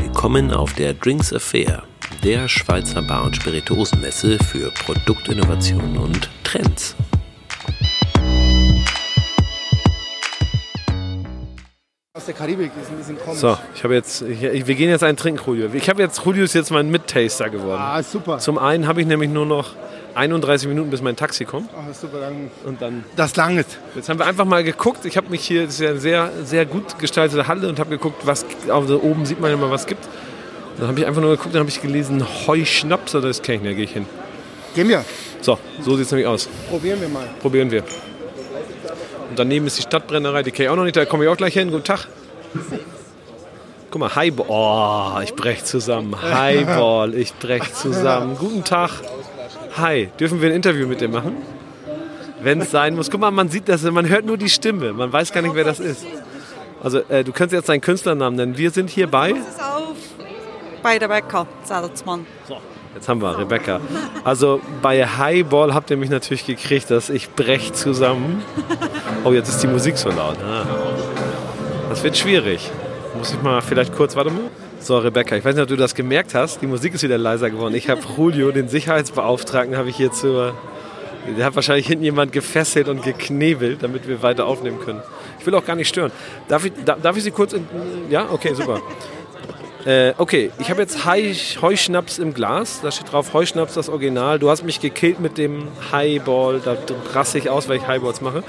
Willkommen auf der Drinks Affair, der Schweizer Bar- und Spirituosenmesse für Produktinnovationen und Trends. Aus der Karibik ist ein bisschen komisch. So, wir gehen jetzt einen trinken, Julio. Julio ist jetzt mein Mittaster geworden. Ah, super. Zum einen habe ich nämlich nur noch 31 Minuten, bis mein Taxi kommt. Ah, super, dann. Das langt. Jetzt haben wir einfach mal geguckt. Ich habe mich hier, das ist ja eine sehr, sehr gut gestaltete Halle, und habe geguckt, was, also oben sieht man ja mal, was es gibt. Dann habe ich einfach nur geguckt, dann habe ich gelesen, Heuschnaps, oder das kenne ich nicht, da gehe ich hin. Gehen wir. So sieht es nämlich aus. Probieren wir. Und daneben ist die Stadtbrennerei, die kenne ich auch noch nicht, da komme ich auch gleich hin. Guten Tag. Guck mal, Highball. Oh, ich brech zusammen. Highball, ich brech zusammen. Guten Tag. Hi, dürfen wir ein Interview mit dir machen? Wenn es sein muss. Guck mal, man sieht das, man hört nur die Stimme. Man weiß gar nicht, wer das ist. Also, du könntest jetzt deinen Künstlernamen nennen. Wir sind hier bei... Das ist auch bei Rebecca Salzmann. So, jetzt haben wir Rebecca. Also, bei Highball habt ihr mich natürlich gekriegt, dass ich brech zusammen. Oh, jetzt ist die Musik so laut. Ah. Das wird schwierig. Muss ich mal vielleicht kurz, warte mal. So, Rebecca, ich weiß nicht, ob du das gemerkt hast. Die Musik ist wieder leiser geworden. Ich habe Julio, den Sicherheitsbeauftragten, habe ich hier der hat wahrscheinlich hinten jemand gefesselt und geknebelt, damit wir weiter aufnehmen können. Ich will auch gar nicht stören. Darf ich Sie kurz... Ja? Okay, super. Okay, ich habe jetzt Heuschnaps im Glas. Da steht drauf Heuschnaps, das Original. Du hast mich gekillt mit dem Highball. Da raste ich aus, weil ich Highballs mache.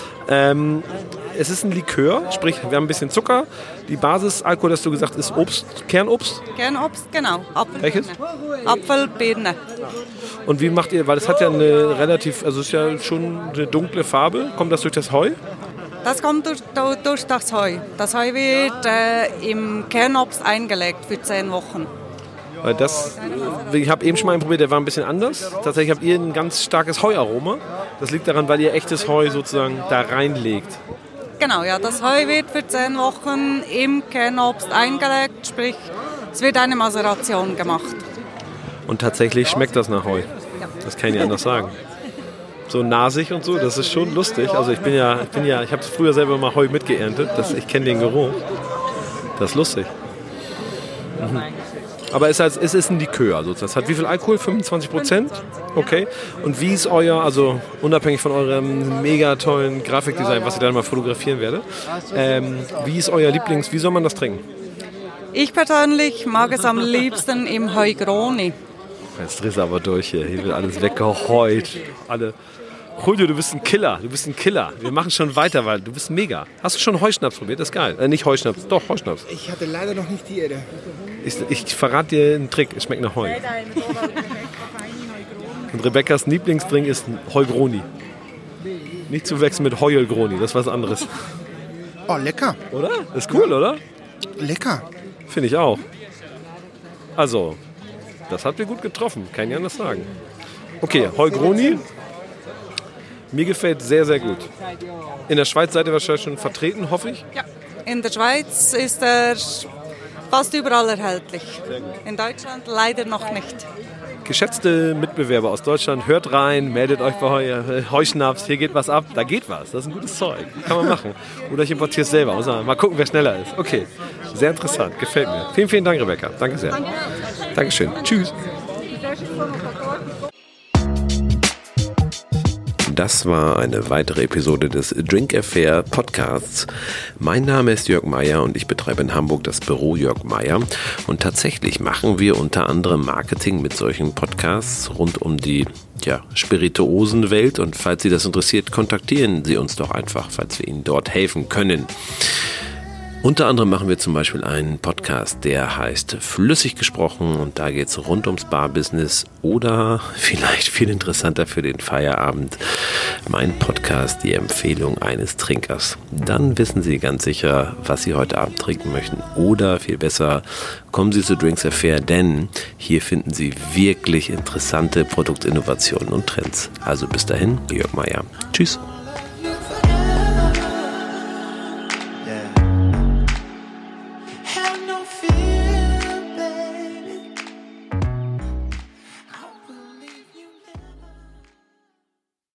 Es ist ein Likör, sprich, wir haben ein bisschen Zucker. Die Basisalkohol, hast du gesagt, ist Obst, Kernobst? Kernobst, genau. Welches? Apfelbirne. Und wie macht ihr, weil es hat ja eine relativ, also es ist ja schon eine dunkle Farbe. Kommt das durch das Heu? Das kommt durch das Heu. Das Heu wird im Kernobst eingelegt für 10 Wochen. Weil ich habe eben schon mal einen probiert, der war ein bisschen anders. Tatsächlich habt ihr ein ganz starkes Heuaroma. Das liegt daran, weil ihr echtes Heu sozusagen da reinlegt. Genau, ja, das Heu wird für 10 Wochen im Kernobst eingelegt, sprich, es wird eine Maceration gemacht. Und tatsächlich schmeckt das nach Heu. Das kann ich nicht anders sagen. So nasig und so, das ist schon lustig. Also ich habe früher selber mal Heu mitgeerntet. Ich kenne den Geruch. Das ist lustig. Mhm. Aber es ist ein Likör. Also das hat wie viel Alkohol? 25%? Okay. Und wie ist euer, also unabhängig von eurem mega tollen Grafikdesign, was ich dann mal fotografieren werde, wie ist euer wie soll man das trinken? Ich persönlich mag es am liebsten im Heugroni. Jetzt drehst du aber durch hier. Hier wird alles weggeheut. Julio, du bist ein Killer. Wir machen schon weiter, weil du bist mega. Hast du schon Heuschnaps probiert? Das ist geil. Nicht Heuschnaps, doch Heuschnaps. Ich hatte leider noch nicht die Ehre. Ich verrate dir einen Trick. Es schmeckt nach Heu. Und Rebecca's Lieblingsdrink ist Heugroni. Nicht zu wechseln mit Heuelgroni, das ist was anderes. Oh, lecker. Oder? Ist cool, oder? Lecker. Finde ich auch. Also, das hat mir gut getroffen. Kann ich anders sagen. Okay, Heugroni. Mir gefällt sehr, sehr gut. In der Schweiz seid ihr wahrscheinlich schon vertreten, hoffe ich? Ja, in der Schweiz ist er fast überall erhältlich. In Deutschland leider noch nicht. Geschätzte Mitbewerber aus Deutschland, hört rein, meldet euch bei Heuschnaps, hier geht was ab, da geht was. Das ist ein gutes Zeug, kann man machen. Oder ich importiere es selber. Mal gucken, wer schneller ist. Okay, sehr interessant, gefällt mir. Vielen, vielen Dank, Rebecca. Danke sehr. Dankeschön. Tschüss. Das war eine weitere Episode des Drink Affair Podcasts. Mein Name ist Jörg Meier und ich betreibe in Hamburg das Büro Jörg Meier. Und tatsächlich machen wir unter anderem Marketing mit solchen Podcasts rund um die Spirituosenwelt. Und falls Sie das interessiert, kontaktieren Sie uns doch einfach, falls wir Ihnen dort helfen können. Unter anderem machen wir zum Beispiel einen Podcast, der heißt Flüssig gesprochen, und da geht es rund ums Barbusiness oder vielleicht viel interessanter für den Feierabend, mein Podcast, die Empfehlung eines Trinkers. Dann wissen Sie ganz sicher, was Sie heute Abend trinken möchten, oder viel besser, kommen Sie zu Drinks Affair, denn hier finden Sie wirklich interessante Produktinnovationen und Trends. Also bis dahin, Jörg Meier. Tschüss.